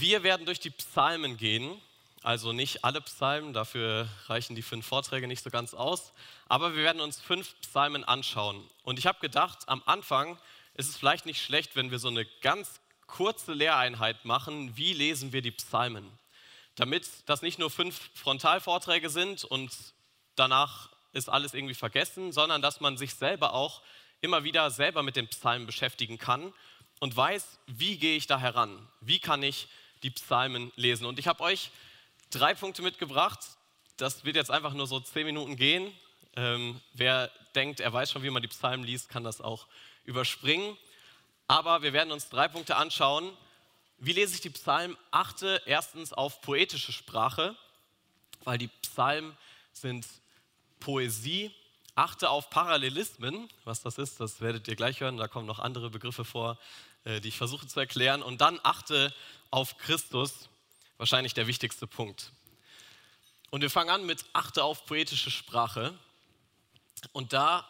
Wir werden durch die Psalmen gehen, also nicht alle Psalmen, dafür reichen die 5 Vorträge nicht so ganz aus, aber wir werden uns 5 Psalmen anschauen. Und ich habe gedacht, am Anfang ist es vielleicht nicht schlecht, wenn wir so eine ganz kurze Lehreinheit machen, wie lesen wir die Psalmen, damit das nicht nur 5 Frontalvorträge sind und danach ist alles irgendwie vergessen, sondern dass man sich selber auch immer wieder selber mit den Psalmen beschäftigen kann und weiß, wie gehe ich da heran, wie kann ich die Psalmen lesen. Und ich habe euch 3 Punkte mitgebracht, das wird jetzt einfach nur so 10 Minuten gehen. Wer denkt, er weiß schon, wie man die Psalmen liest, kann das auch überspringen. Aber wir werden uns 3 Punkte anschauen. Wie lese ich die Psalmen? Achte erstens auf poetische Sprache, weil die Psalmen sind Poesie. Achte auf Parallelismen, was das ist, das werdet ihr gleich hören. Da kommen noch andere Begriffe vor, die ich versuche zu erklären. Und dann achte auf Christus, wahrscheinlich der wichtigste Punkt. Und wir fangen an mit achte auf poetische Sprache. Und da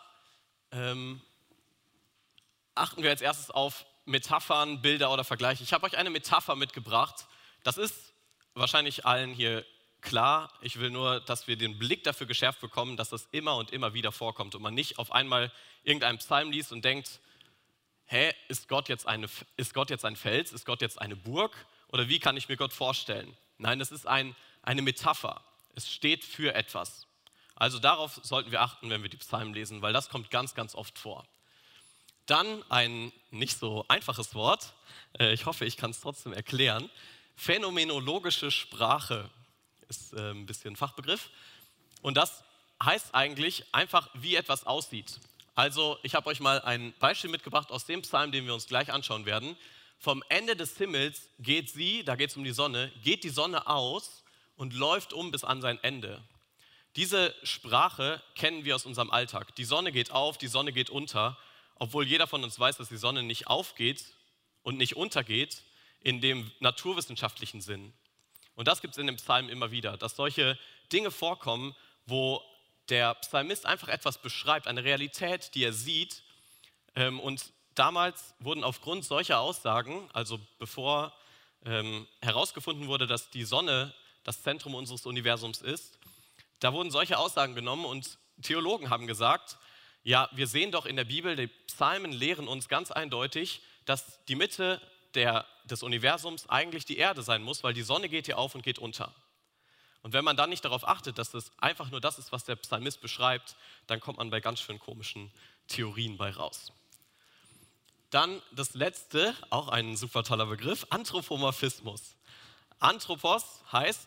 achten wir als erstes auf Metaphern, Bilder oder Vergleiche. Ich habe euch eine Metapher mitgebracht. Das ist wahrscheinlich allen hier klar. Ich will nur, dass wir den Blick dafür geschärft bekommen, dass das immer und immer wieder vorkommt und man nicht auf einmal irgendeinen Psalm liest und denkt, ist Gott jetzt ein Fels? Ist Gott jetzt eine Burg? Oder wie kann ich mir Gott vorstellen? Nein, es ist eine Metapher. Es steht für etwas. Also darauf sollten wir achten, wenn wir die Psalmen lesen, weil das kommt ganz, ganz oft vor. Dann ein nicht so einfaches Wort, ich hoffe, ich kann es trotzdem erklären. Phänomenologische Sprache ist ein bisschen ein Fachbegriff. Und das heißt eigentlich einfach, wie etwas aussieht. Also ich habe euch mal ein Beispiel mitgebracht aus dem Psalm, den wir uns gleich anschauen werden. Vom Ende des Himmels geht sie, da geht es um die Sonne, geht die Sonne aus und läuft um bis an sein Ende. Diese Sprache kennen wir aus unserem Alltag. Die Sonne geht auf, die Sonne geht unter, obwohl jeder von uns weiß, dass die Sonne nicht aufgeht und nicht untergeht in dem naturwissenschaftlichen Sinn. Und das gibt es in dem Psalm immer wieder, dass solche Dinge vorkommen, wo der Psalmist einfach etwas beschreibt, eine Realität, die er sieht. Und damals wurden aufgrund solcher Aussagen, also bevor herausgefunden wurde, dass die Sonne das Zentrum unseres Universums ist, da wurden solche Aussagen genommen und Theologen haben gesagt, ja, wir sehen doch in der Bibel, die Psalmen lehren uns ganz eindeutig, dass die Mitte des Universums eigentlich die Erde sein muss, weil die Sonne geht hier auf und geht unter. Und wenn man dann nicht darauf achtet, dass das einfach nur das ist, was der Psalmist beschreibt, dann kommt man bei ganz schön komischen Theorien bei raus. Dann das letzte, auch ein super toller Begriff, Anthropomorphismus. Anthropos heißt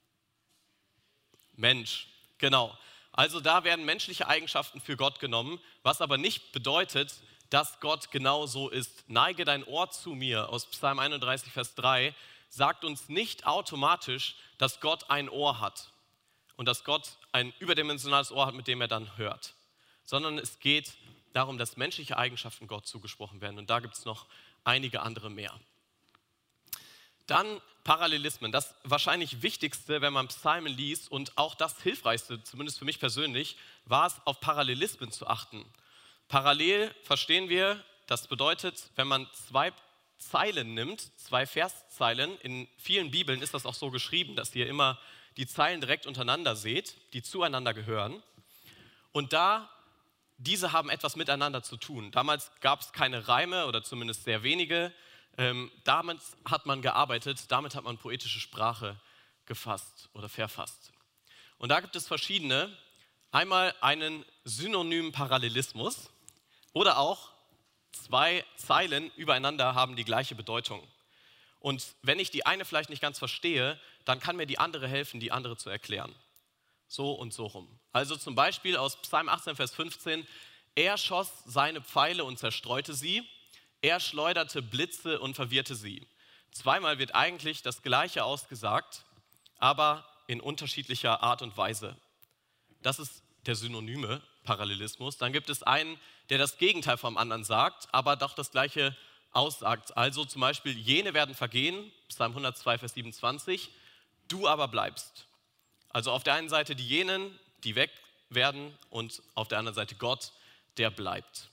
Mensch, genau. Also da werden menschliche Eigenschaften für Gott genommen, was aber nicht bedeutet, dass Gott genau so ist. Neige dein Ohr zu mir aus Psalm 31, Vers 3, sagt uns nicht automatisch, dass Gott ein Ohr hat und dass Gott ein überdimensionales Ohr hat, mit dem er dann hört, sondern es geht darum, dass menschliche Eigenschaften Gott zugesprochen werden und da gibt es noch einige andere mehr. Dann Parallelismen, das wahrscheinlich Wichtigste, wenn man Psalmen liest und auch das Hilfreichste, zumindest für mich persönlich, war es, auf Parallelismen zu achten. Parallel verstehen wir, das bedeutet, wenn man 2 Zeilen nimmt, 2 Verszeilen, in vielen Bibeln ist das auch so geschrieben, dass ihr immer die Zeilen direkt untereinander seht, die zueinander gehören. Und diese haben etwas miteinander zu tun. Damals gab es keine Reime oder zumindest sehr wenige. Damit hat man gearbeitet, damit hat man poetische Sprache gefasst oder verfasst. Und da gibt es verschiedene. Einmal einen synonymen Parallelismus oder auch 2 Zeilen übereinander haben die gleiche Bedeutung. Und wenn ich die eine vielleicht nicht ganz verstehe, dann kann mir die andere helfen, die andere zu erklären. So und so rum. Also zum Beispiel aus Psalm 18, Vers 15, er schoss seine Pfeile und zerstreute sie, er schleuderte Blitze und verwirrte sie. Zweimal wird eigentlich das Gleiche ausgesagt, aber in unterschiedlicher Art und Weise. Das ist der synonyme Parallelismus. Dann gibt es einen, der das Gegenteil vom anderen sagt, aber doch das Gleiche aussagt. Also zum Beispiel, jene werden vergehen, Psalm 102, Vers 27, du aber bleibst. Also auf der einen Seite die jenen, die weg werden und auf der anderen Seite Gott, der bleibt.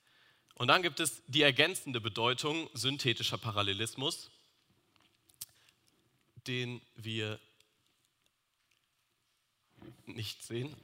Und dann gibt es die ergänzende Bedeutung synthetischer Parallelismus. den wir nicht sehen.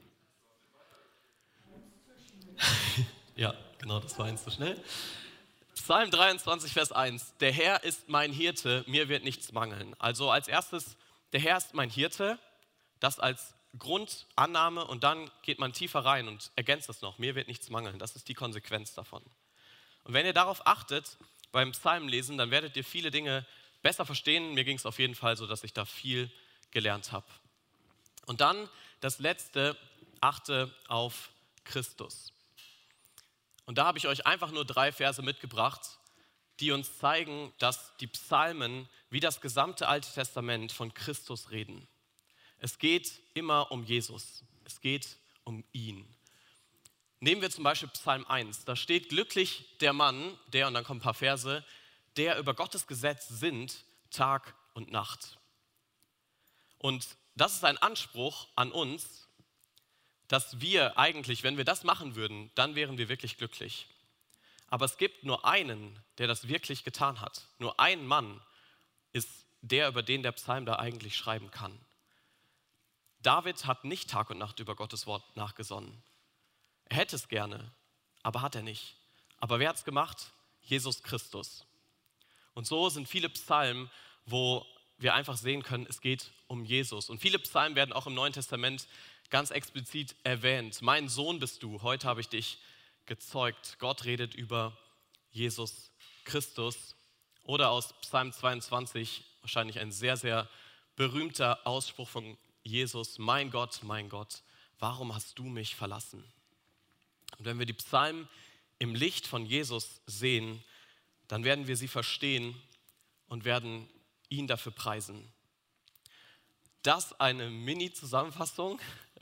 Ja, genau, das war eins zu schnell. Psalm 23, Vers 1. Der Herr ist mein Hirte, mir wird nichts mangeln. Also als erstes, der Herr ist mein Hirte, das als Grundannahme und dann geht man tiefer rein und ergänzt das noch, mir wird nichts mangeln. Das ist die Konsequenz davon. Und wenn ihr darauf achtet beim Psalmenlesen, dann werdet ihr viele Dinge besser verstehen. Mir ging es auf jeden Fall so, dass ich da viel gelernt habe. Und dann das letzte, achte auf Christus. Und da habe ich euch einfach nur 3 Verse mitgebracht, die uns zeigen, dass die Psalmen wie das gesamte Alte Testament von Christus reden. Es geht immer um Jesus. Es geht um ihn. Nehmen wir zum Beispiel Psalm 1. Da steht, glücklich der Mann, der, und dann kommen ein paar Verse, der über Gottes Gesetz sinnt, Tag und Nacht. Und das ist ein Anspruch an uns, dass wir eigentlich, wenn wir das machen würden, dann wären wir wirklich glücklich. Aber es gibt nur einen, der das wirklich getan hat. Nur ein Mann ist der, über den der Psalm da eigentlich schreiben kann. David hat nicht Tag und Nacht über Gottes Wort nachgesonnen. Er hätte es gerne, aber hat er nicht. Aber wer hat es gemacht? Jesus Christus. Und so sind viele Psalmen, wo wir einfach sehen können, es geht um Jesus. Und viele Psalmen werden auch im Neuen Testament ganz explizit erwähnt. Mein Sohn bist du, heute habe ich dich gezeugt. Gott redet über Jesus Christus. Oder aus Psalm 22, wahrscheinlich ein sehr, sehr berühmter Ausspruch von Jesus. Mein Gott, warum hast du mich verlassen? Und wenn wir die Psalmen im Licht von Jesus sehen, dann werden wir sie verstehen und werden ihn dafür preisen. Das eine Mini-Zusammenfassung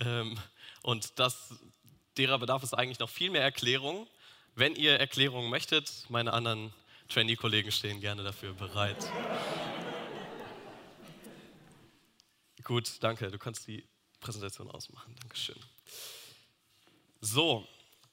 und derer bedarf es eigentlich noch viel mehr Erklärung. Wenn ihr Erklärungen möchtet, meine anderen Trainee-Kollegen stehen gerne dafür bereit. Gut, danke. Du kannst die Präsentation ausmachen. Dankeschön. So,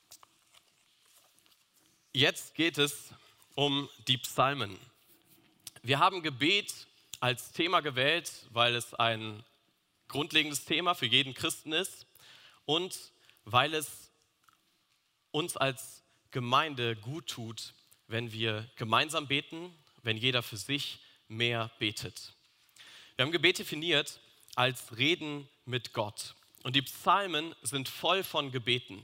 jetzt geht es um die Psalmen. Wir haben Gebet als Thema gewählt, weil es ein grundlegendes Thema für jeden Christen ist und weil es uns als Gemeinde gut tut, wenn wir gemeinsam beten, wenn jeder für sich mehr betet. Wir haben Gebet definiert als Reden mit Gott. Und die Psalmen sind voll von Gebeten.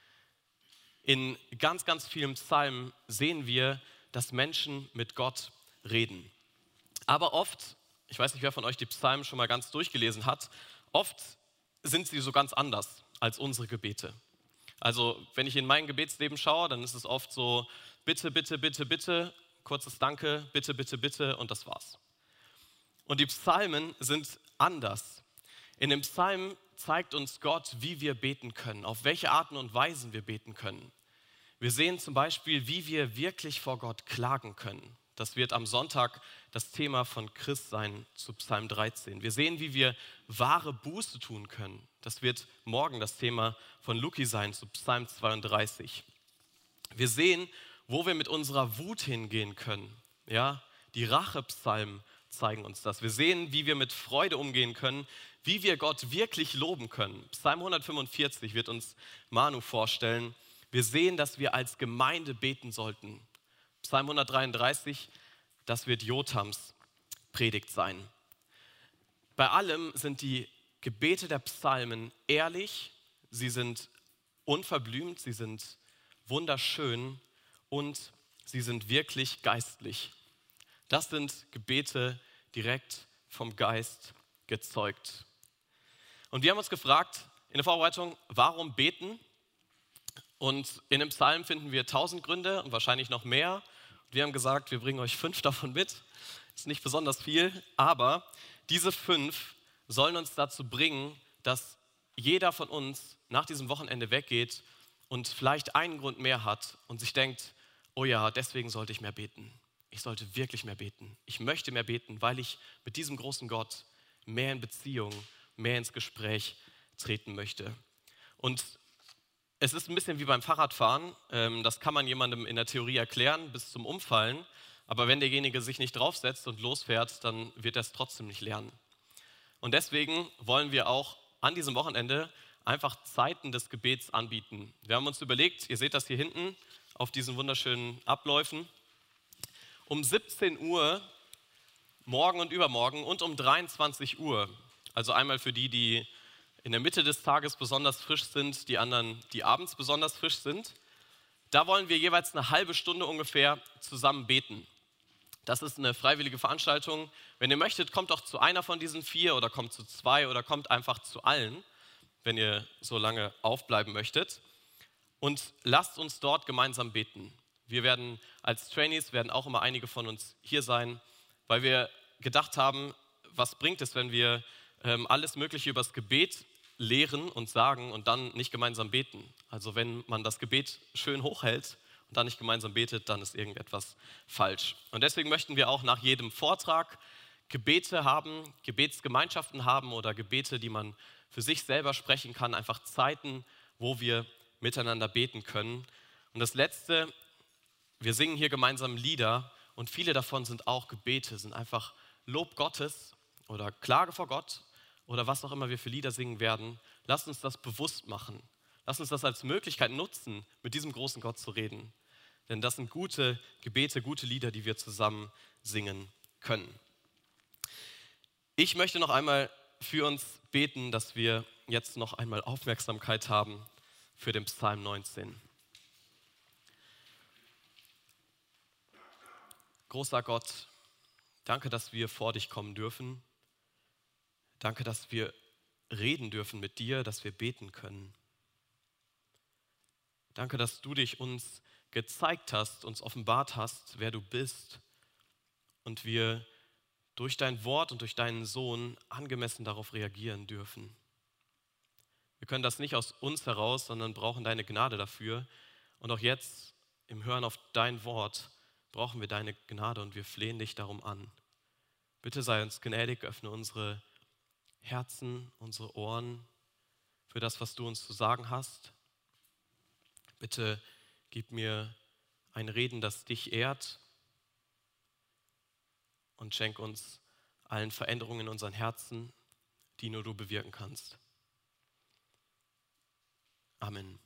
In ganz, ganz vielen Psalmen sehen wir, dass Menschen mit Gott reden. Aber oft, ich weiß nicht, wer von euch die Psalmen schon mal ganz durchgelesen hat, oft sind sie so ganz anders als unsere Gebete. Also wenn ich in mein Gebetsleben schaue, dann ist es oft so, bitte, bitte, bitte, bitte, kurzes Danke, bitte, bitte, bitte und das war's. Und die Psalmen sind anders. In den Psalmen zeigt uns Gott, wie wir beten können, auf welche Arten und Weisen wir beten können. Wir sehen zum Beispiel, wie wir wirklich vor Gott klagen können. Das wird am Sonntag das Thema von Chris sein zu Psalm 13. Wir sehen, wie wir wahre Buße tun können. Das wird morgen das Thema von Luki sein zu Psalm 32. Wir sehen, wo wir mit unserer Wut hingehen können. Ja, die Rachepsalmen zeigen uns das. Wir sehen, wie wir mit Freude umgehen können, wie wir Gott wirklich loben können. Psalm 145 wird uns Manu vorstellen. Wir sehen, dass wir als Gemeinde beten sollten. Psalm 133, das wird Jotams Predigt sein. Bei allem sind die Gebete der Psalmen ehrlich, sie sind unverblümt, sie sind wunderschön und sie sind wirklich geistlich. Das sind Gebete direkt vom Geist gezeugt. Und wir haben uns gefragt in der Vorbereitung, warum beten? Und in dem Psalm finden wir 1000 Gründe und wahrscheinlich noch mehr. Wir haben gesagt, wir bringen euch 5 davon mit. Ist nicht besonders viel, aber diese 5 sollen uns dazu bringen, dass jeder von uns nach diesem Wochenende weggeht und vielleicht einen Grund mehr hat und sich denkt, oh ja, deswegen sollte ich mehr beten. Ich sollte wirklich mehr beten. Ich möchte mehr beten, weil ich mit diesem großen Gott mehr in Beziehung, mehr ins Gespräch treten möchte. Und es ist ein bisschen wie beim Fahrradfahren. Das kann man jemandem in der Theorie erklären bis zum Umfallen. Aber wenn derjenige sich nicht draufsetzt und losfährt, dann wird er es trotzdem nicht lernen. Und deswegen wollen wir auch an diesem Wochenende einfach Zeiten des Gebets anbieten. Wir haben uns überlegt, ihr seht das hier hinten auf diesen wunderschönen Abläufen, um 17 Uhr morgen und übermorgen und um 23 Uhr, also einmal für die, die in der Mitte des Tages besonders frisch sind, die anderen, die abends besonders frisch sind, da wollen wir jeweils eine halbe Stunde ungefähr zusammen beten. Das ist eine freiwillige Veranstaltung. Wenn ihr möchtet, kommt doch zu einer von diesen 4 oder kommt zu 2 oder kommt einfach zu allen, wenn ihr so lange aufbleiben möchtet. Und lasst uns dort gemeinsam beten. Wir werden als Trainees, werden auch immer einige von uns hier sein, weil wir gedacht haben, was bringt es, wenn wir alles Mögliche über das Gebet lehren und sagen und dann nicht gemeinsam beten. Also wenn man das Gebet schön hochhält und dann nicht gemeinsam betet, dann ist irgendetwas falsch. Und deswegen möchten wir auch nach jedem Vortrag Gebete haben, Gebetsgemeinschaften haben oder Gebete, die man für sich selber sprechen kann, einfach Zeiten, wo wir miteinander beten können. Und das Letzte, wir singen hier gemeinsam Lieder und viele davon sind auch Gebete, sind einfach Lob Gottes oder Klage vor Gott oder was auch immer wir für Lieder singen werden. Lasst uns das bewusst machen. Lasst uns das als Möglichkeit nutzen, mit diesem großen Gott zu reden. Denn das sind gute Gebete, gute Lieder, die wir zusammen singen können. Ich möchte noch einmal für uns beten, dass wir jetzt noch einmal Aufmerksamkeit haben für den Psalm 19. Großer Gott, danke, dass wir vor dich kommen dürfen. Danke, dass wir reden dürfen mit dir, dass wir beten können. Danke, dass du dich uns gezeigt hast, uns offenbart hast, wer du bist und wir durch dein Wort und durch deinen Sohn angemessen darauf reagieren dürfen. Wir können das nicht aus uns heraus, sondern brauchen deine Gnade dafür. Und auch jetzt im Hören auf dein Wort brauchen wir deine Gnade und wir flehen dich darum an. Bitte sei uns gnädig, öffne unsere Herzen, unsere Ohren für das, was du uns zu sagen hast. Bitte gib mir ein Reden, das dich ehrt und schenk uns allen Veränderungen in unseren Herzen, die nur du bewirken kannst. Amen.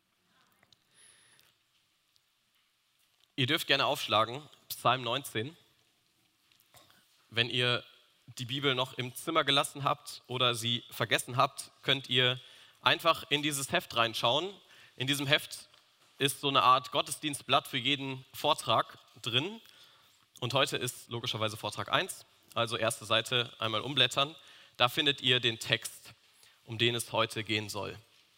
Ihr dürft gerne aufschlagen, Psalm 19. Wenn ihr die Bibel noch im Zimmer gelassen habt oder sie vergessen habt, könnt ihr einfach in dieses Heft reinschauen. In diesem Heft ist so eine Art Gottesdienstblatt für jeden Vortrag drin. Und heute ist logischerweise Vortrag 1, also erste Seite einmal umblättern. Da findet ihr den Text, um den es heute gehen soll.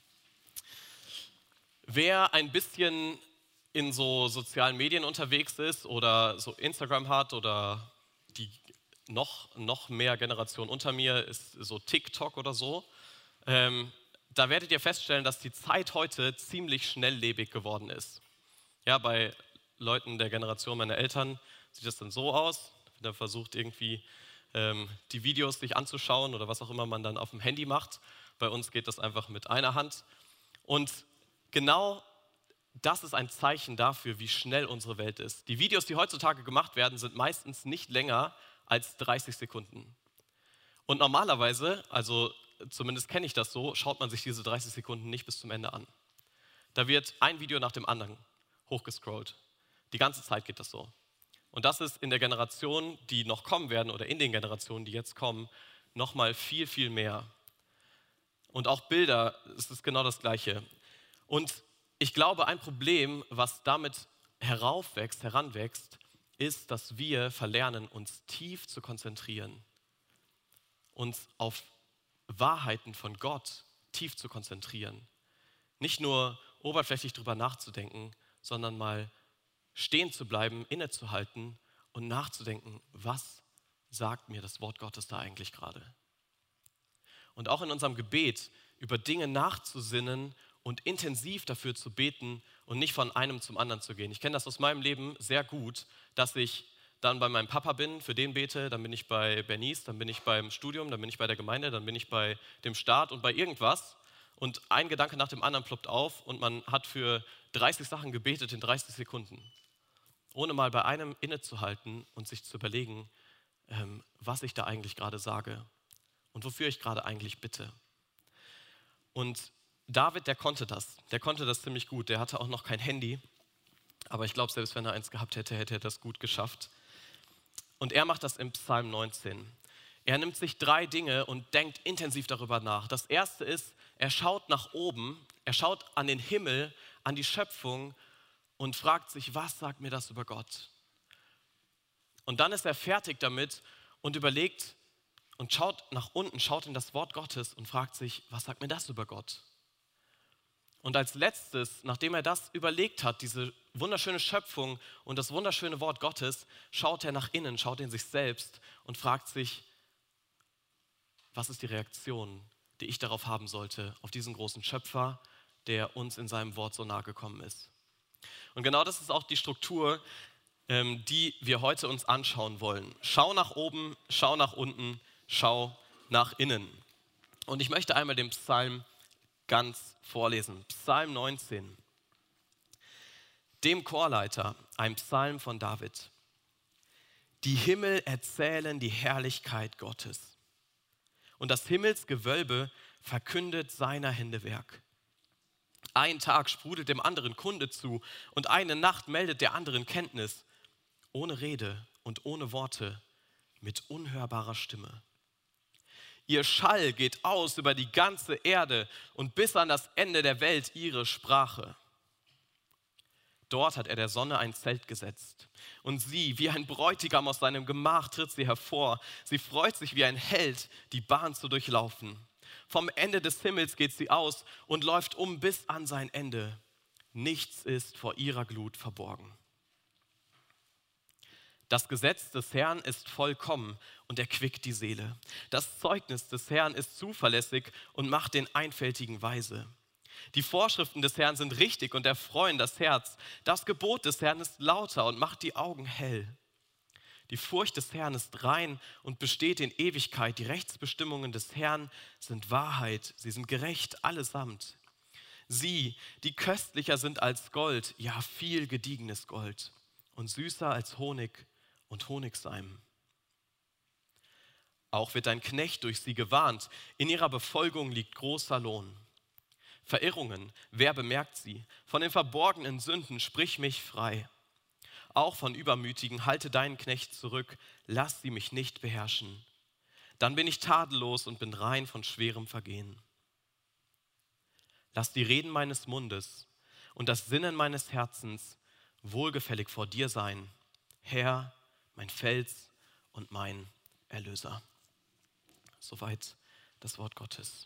Wer ein bisschen in so sozialen Medien unterwegs ist oder so Instagram hat oder die noch mehr Generation unter mir ist so TikTok oder so, da werdet ihr feststellen, dass die Zeit heute ziemlich schnelllebig geworden ist. Ja, bei Leuten der Generation meiner Eltern sieht das dann so aus, wenn er versucht irgendwie die Videos sich anzuschauen oder was auch immer man dann auf dem Handy macht. Bei uns geht das einfach mit einer Hand. Und genau das ist ein Zeichen dafür, wie schnell unsere Welt ist. Die Videos, die heutzutage gemacht werden, sind meistens nicht länger als 30 Sekunden. Und normalerweise, also zumindest kenne ich das so, schaut man sich diese 30 Sekunden nicht bis zum Ende an. Da wird ein Video nach dem anderen hochgescrollt. Die ganze Zeit geht das so. Und das ist in der Generation, die noch kommen werden oder in den Generationen, die jetzt kommen, nochmal viel, viel mehr. Und auch Bilder, es ist genau das Gleiche. Und ich glaube, ein Problem, was damit heranwächst, ist, dass wir verlernen, uns tief zu konzentrieren, uns auf Wahrheiten von Gott tief zu konzentrieren. Nicht nur oberflächlich drüber nachzudenken, sondern mal stehen zu bleiben, innezuhalten und nachzudenken, was sagt mir das Wort Gottes da eigentlich gerade? Und auch in unserem Gebet über Dinge nachzusinnen und intensiv dafür zu beten und nicht von einem zum anderen zu gehen. Ich kenne das aus meinem Leben sehr gut, dass ich dann bei meinem Papa bin, für den bete, dann bin ich bei Bernice, dann bin ich beim Studium, dann bin ich bei der Gemeinde, dann bin ich bei dem Staat und bei irgendwas. Und ein Gedanke nach dem anderen ploppt auf und man hat für 30 Sachen gebetet in 30 Sekunden. ohne mal bei einem innezuhalten und sich zu überlegen, was ich da eigentlich gerade sage und wofür ich gerade eigentlich bitte. Und David, der konnte das ziemlich gut. Der hatte auch noch kein Handy, aber ich glaube, selbst wenn er eins gehabt hätte, hätte er das gut geschafft. Und er macht das im Psalm 19. Er nimmt sich 3 Dinge und denkt intensiv darüber nach. Das erste ist, er schaut nach oben, er schaut an den Himmel, an die Schöpfung und fragt sich, was sagt mir das über Gott? Und dann ist er fertig damit und überlegt und schaut nach unten, schaut in das Wort Gottes und fragt sich, was sagt mir das über Gott? Und als letztes, nachdem er das überlegt hat, diese wunderschöne Schöpfung und das wunderschöne Wort Gottes, schaut er nach innen, schaut in sich selbst und fragt sich, was ist die Reaktion, die ich darauf haben sollte, auf diesen großen Schöpfer, der uns in seinem Wort so nahe gekommen ist. Und genau das ist auch die Struktur, die wir heute uns anschauen wollen. Schau nach oben, schau nach unten, schau nach innen. Und ich möchte einmal den Psalm ganz vorlesen. Psalm 19. Dem Chorleiter, ein Psalm von David. Die Himmel erzählen die Herrlichkeit Gottes. Und das Himmelsgewölbe verkündet seiner Hände Werk. Ein Tag sprudelt dem anderen Kunde zu und eine Nacht meldet der anderen Kenntnis. Ohne Rede und ohne Worte, mit unhörbarer Stimme. Ihr Schall geht aus über die ganze Erde und bis an das Ende der Welt ihre Sprache. Dort hat er der Sonne ein Zelt gesetzt. Und sie, wie ein Bräutigam aus seinem Gemach, tritt sie hervor. Sie freut sich wie ein Held, die Bahn zu durchlaufen. Vom Ende des Himmels geht sie aus und läuft um bis an sein Ende. Nichts ist vor ihrer Glut verborgen. Das Gesetz des Herrn ist vollkommen und erquickt die Seele. Das Zeugnis des Herrn ist zuverlässig und macht den Einfältigen weise. Die Vorschriften des Herrn sind richtig und erfreuen das Herz. Das Gebot des Herrn ist lauter und macht die Augen hell. Die Furcht des Herrn ist rein und besteht in Ewigkeit. Die Rechtsbestimmungen des Herrn sind Wahrheit. Sie sind gerecht allesamt. Sie, die köstlicher sind als Gold, ja viel gediegenes Gold und süßer als Honig und Honigseim. Auch wird dein Knecht durch sie gewarnt. In ihrer Befolgung liegt großer Lohn. Verirrungen, wer bemerkt sie? Von den verborgenen Sünden sprich mich frei. Auch von Übermütigen halte deinen Knecht zurück, lass sie mich nicht beherrschen. Dann bin ich tadellos und bin rein von schwerem Vergehen. Lass die Reden meines Mundes und das Sinnen meines Herzens wohlgefällig vor dir sein, Herr, mein Fels und mein Erlöser. Soweit das Wort Gottes.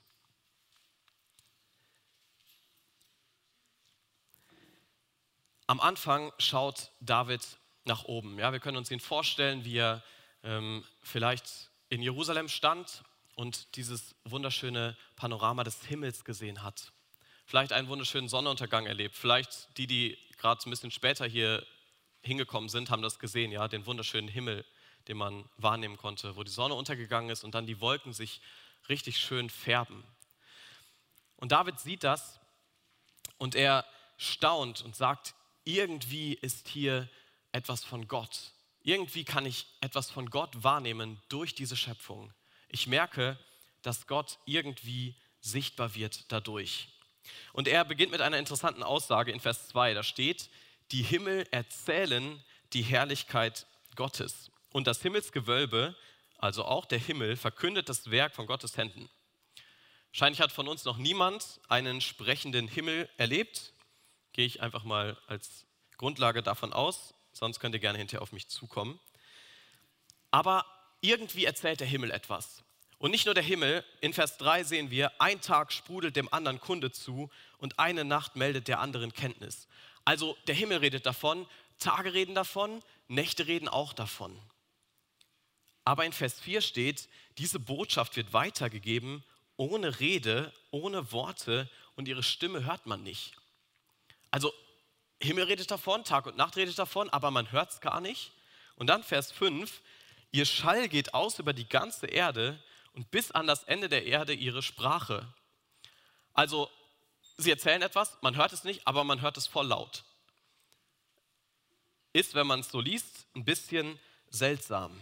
Am Anfang schaut David nach oben. Ja, wir können uns ihn vorstellen, wie er vielleicht in Jerusalem stand und dieses wunderschöne Panorama des Himmels gesehen hat. Vielleicht einen wunderschönen Sonnenuntergang erlebt. Vielleicht die gerade ein bisschen später hier hingekommen sind, haben das gesehen, ja, den wunderschönen Himmel, den man wahrnehmen konnte, wo die Sonne untergegangen ist und dann die Wolken sich richtig schön färben. Und David sieht das und er staunt und sagt, irgendwie ist hier etwas von Gott. Irgendwie kann ich etwas von Gott wahrnehmen durch diese Schöpfung. Ich merke, dass Gott irgendwie sichtbar wird dadurch. Und er beginnt mit einer interessanten Aussage in Vers 2. Da steht, die Himmel erzählen die Herrlichkeit Gottes. Und das Himmelsgewölbe, also auch der Himmel, verkündet das Werk von Gottes Händen. Wahrscheinlich hat von uns noch niemand einen sprechenden Himmel erlebt. Gehe ich einfach mal als Grundlage davon aus, sonst könnt ihr gerne hinterher auf mich zukommen. Aber irgendwie erzählt der Himmel etwas. Und nicht nur der Himmel, in Vers 3 sehen wir, ein Tag sprudelt dem anderen Kunde zu und eine Nacht meldet der anderen Kenntnis. Also der Himmel redet davon, Tage reden davon, Nächte reden auch davon. Aber in Vers 4 steht, diese Botschaft wird weitergegeben, ohne Rede, ohne Worte und ihre Stimme hört man nicht. Also Himmel redet davon, Tag und Nacht redet davon, aber man hört es gar nicht. Und dann Vers 5, ihr Schall geht aus über die ganze Erde und bis an das Ende der Erde ihre Sprache. Also sie erzählen etwas, man hört es nicht, aber man hört es voll laut. ist, wenn man es so liest, ein bisschen seltsam.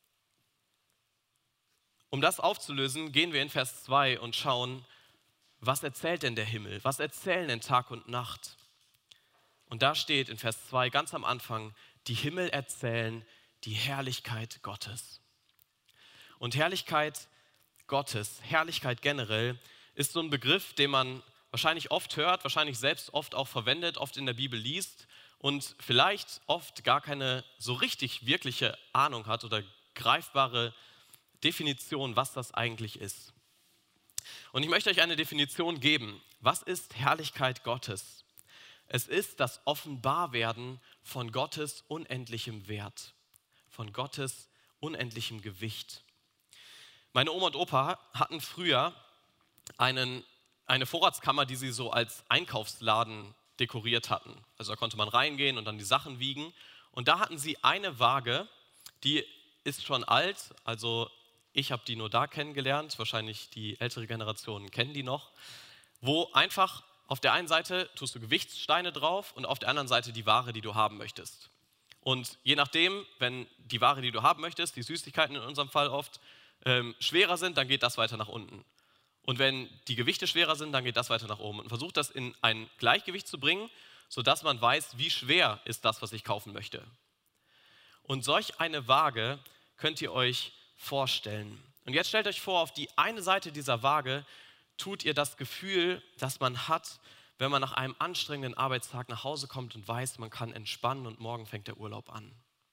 Um das aufzulösen, gehen wir in Vers 2 und schauen, was erzählt denn der Himmel? Was erzählen denn Tag und Nacht? Und da steht in Vers 2 ganz am Anfang, die Himmel erzählen die Herrlichkeit Gottes. Und Herrlichkeit Gottes, Herrlichkeit generell, ist so ein Begriff, den man wahrscheinlich oft hört, wahrscheinlich selbst oft auch verwendet, oft in der Bibel liest und vielleicht oft gar keine so richtig wirkliche Ahnung hat oder greifbare Definition, was das eigentlich ist. Und ich möchte euch eine Definition geben. Was ist Herrlichkeit Gottes? Es ist das Offenbarwerden von Gottes unendlichem Wert, von Gottes unendlichem Gewicht. Meine Oma und Opa hatten früher eine Vorratskammer, die sie so als Einkaufsladen dekoriert hatten. Also da konnte man reingehen und dann die Sachen wiegen. Und da hatten sie eine Waage, die ist schon alt, also ich habe die nur da kennengelernt, wahrscheinlich die ältere Generation kennen die noch, wo einfach auf der einen Seite tust du Gewichtssteine drauf und auf der anderen Seite die Ware, die du haben möchtest. Und je nachdem, wenn die Ware, die du haben möchtest, die Süßigkeiten in unserem Fall oft, schwerer sind, dann geht das weiter nach unten. Und wenn die Gewichte schwerer sind, dann geht das weiter nach oben. Und versucht das in ein Gleichgewicht zu bringen, sodass man weiß, wie schwer ist das, was ich kaufen möchte. Und solch eine Waage könnt ihr euch vorstellen. Und jetzt stellt euch vor, auf die eine Seite dieser Waage tut ihr das Gefühl, das man hat, wenn man nach einem anstrengenden Arbeitstag nach Hause kommt und weiß, man kann entspannen und morgen fängt der Urlaub an.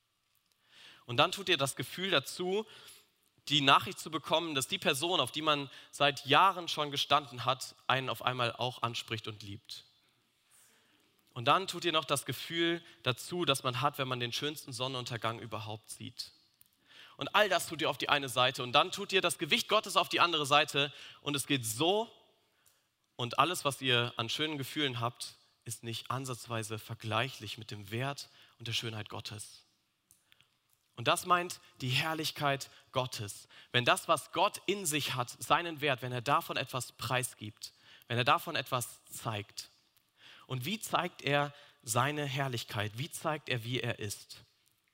Und dann tut ihr das Gefühl dazu, die Nachricht zu bekommen, dass die Person, auf die man seit Jahren schon gestanden hat, einen auf einmal auch anspricht und liebt. Und dann tut ihr noch das Gefühl dazu, das man hat, wenn man den schönsten Sonnenuntergang überhaupt sieht. Und all das tut ihr auf die eine Seite und dann tut ihr das Gewicht Gottes auf die andere Seite und es geht so und alles, was ihr an schönen Gefühlen habt, ist nicht ansatzweise vergleichlich mit dem Wert und der Schönheit Gottes. Und das meint die Herrlichkeit Gottes. Wenn das, was Gott in sich hat, seinen Wert, wenn er davon etwas preisgibt, wenn er davon etwas zeigt. Und wie zeigt er seine Herrlichkeit? Wie zeigt er, wie er ist?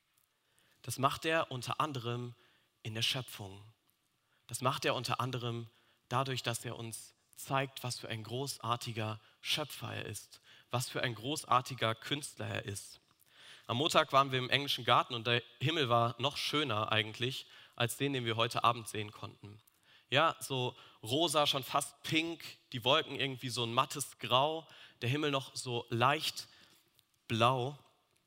Das macht er unter anderem in der Schöpfung. Das macht er unter anderem dadurch, dass er uns zeigt, was für ein großartiger Schöpfer er ist, was für ein großartiger Künstler er ist. Am Montag waren wir im englischen Garten und der Himmel war noch schöner eigentlich als den wir heute Abend sehen konnten. Ja, so rosa, schon fast pink, die Wolken irgendwie so ein mattes Grau, der Himmel noch so leicht blau.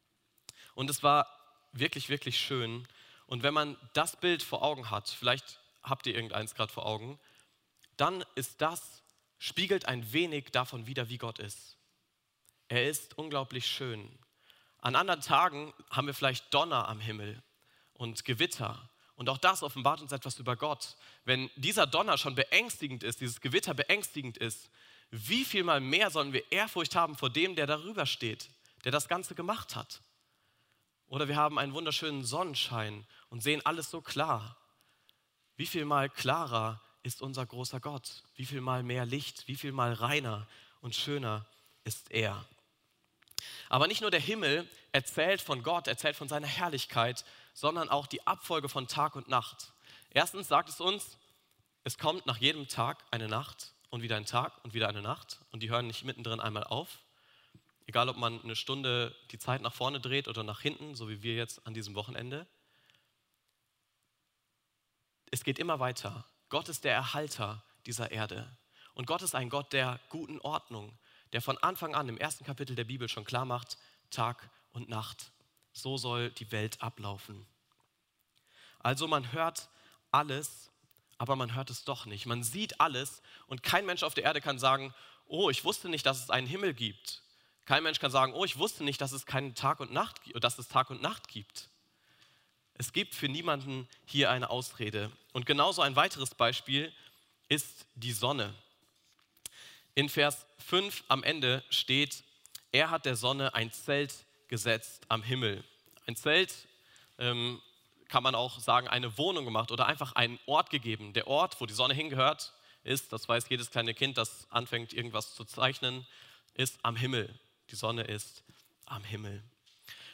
Und es war wirklich, wirklich schön. Und wenn man das Bild vor Augen hat, vielleicht habt ihr irgendeins gerade vor Augen, dann spiegelt ein wenig davon wider, wie Gott ist. Er ist unglaublich schön. An anderen Tagen haben wir vielleicht Donner am Himmel und Gewitter. Und auch das offenbart uns etwas über Gott. Wenn dieser Donner schon beängstigend ist, dieses Gewitter beängstigend ist, wie viel mal mehr sollen wir Ehrfurcht haben vor dem, der darüber steht, der das Ganze gemacht hat? Oder wir haben einen wunderschönen Sonnenschein und sehen alles so klar. Wie viel mal klarer ist unser großer Gott? Wie viel mal mehr Licht? Wie viel mal reiner und schöner ist er? Aber nicht nur der Himmel erzählt von Gott, erzählt von seiner Herrlichkeit, sondern auch die Abfolge von Tag und Nacht. Erstens sagt es uns, es kommt nach jedem Tag eine Nacht und wieder ein Tag und wieder eine Nacht und die hören nicht mittendrin einmal auf. Egal, ob man eine Stunde die Zeit nach vorne dreht oder nach hinten, so wie wir jetzt an diesem Wochenende. Es geht immer weiter. Gott ist der Erhalter dieser Erde. Und Gott ist ein Gott der guten Ordnung, der von Anfang an im ersten Kapitel der Bibel schon klar macht, Tag und Nacht. So soll die Welt ablaufen. Also man hört alles, aber man hört es doch nicht. Man sieht alles und kein Mensch auf der Erde kann sagen, oh, ich wusste nicht, dass es einen Himmel gibt. Kein Mensch kann sagen, oh, ich wusste nicht, dass es Tag und Nacht gibt. Es gibt für niemanden hier eine Ausrede. Und genauso ein weiteres Beispiel ist die Sonne. In Vers 5 am Ende steht, er hat der Sonne ein Zelt gesetzt am Himmel. Ein Zelt, kann man auch sagen, eine Wohnung gemacht oder einfach einen Ort gegeben. Der Ort, wo die Sonne hingehört, ist, das weiß jedes kleine Kind, das anfängt, irgendwas zu zeichnen, ist am Himmel. Die Sonne ist am Himmel.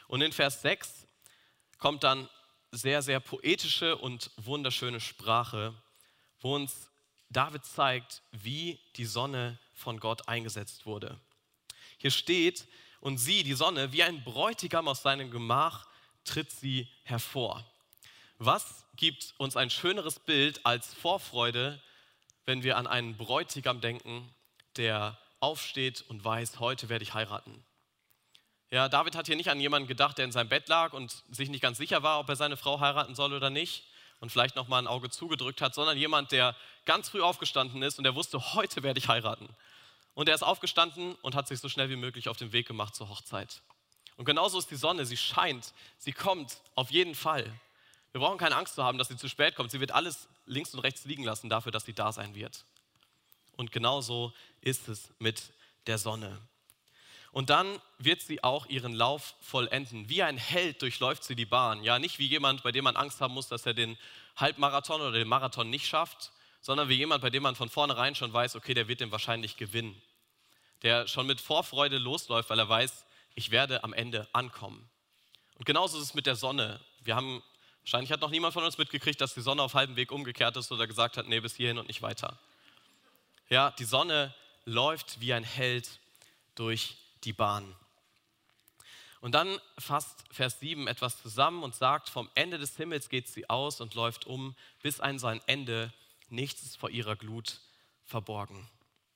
Und in Vers 6 kommt dann sehr, sehr poetische und wunderschöne Sprache, wo uns David zeigt, wie die Sonne von Gott eingesetzt wurde. Hier steht, und sie, die Sonne, wie ein Bräutigam aus seinem Gemach, tritt sie hervor. Was gibt uns ein schöneres Bild als Vorfreude, wenn wir an einen Bräutigam denken, der aufsteht und weiß, heute werde ich heiraten? Ja, David hat hier nicht an jemanden gedacht, der in seinem Bett lag und sich nicht ganz sicher war, ob er seine Frau heiraten soll oder nicht und vielleicht noch mal ein Auge zugedrückt hat, sondern jemand, der ganz früh aufgestanden ist und der wusste, heute werde ich heiraten. Und er ist aufgestanden und hat sich so schnell wie möglich auf den Weg gemacht zur Hochzeit. Und genauso ist die Sonne, sie scheint, sie kommt auf jeden Fall. Wir brauchen keine Angst zu haben, dass sie zu spät kommt. Sie wird alles links und rechts liegen lassen dafür, dass sie da sein wird. Und genauso ist es mit der Sonne. Und dann wird sie auch ihren Lauf vollenden. Wie ein Held durchläuft sie die Bahn. Ja, nicht wie jemand, bei dem man Angst haben muss, dass er den Halbmarathon oder den Marathon nicht schafft, sondern wie jemand, bei dem man von vornherein schon weiß, okay, der wird den wahrscheinlich gewinnen. Der schon mit Vorfreude losläuft, weil er weiß, ich werde am Ende ankommen. Und genauso ist es mit der Sonne. Wahrscheinlich hat noch niemand von uns mitgekriegt, dass die Sonne auf halbem Weg umgekehrt ist oder gesagt hat, nee, bis hierhin und nicht weiter. Ja, die Sonne läuft wie ein Held durch die Bahn. Und dann fasst Vers 7 etwas zusammen und sagt, vom Ende des Himmels geht sie aus und läuft um, bis an sein Ende, nichts ist vor ihrer Glut verborgen.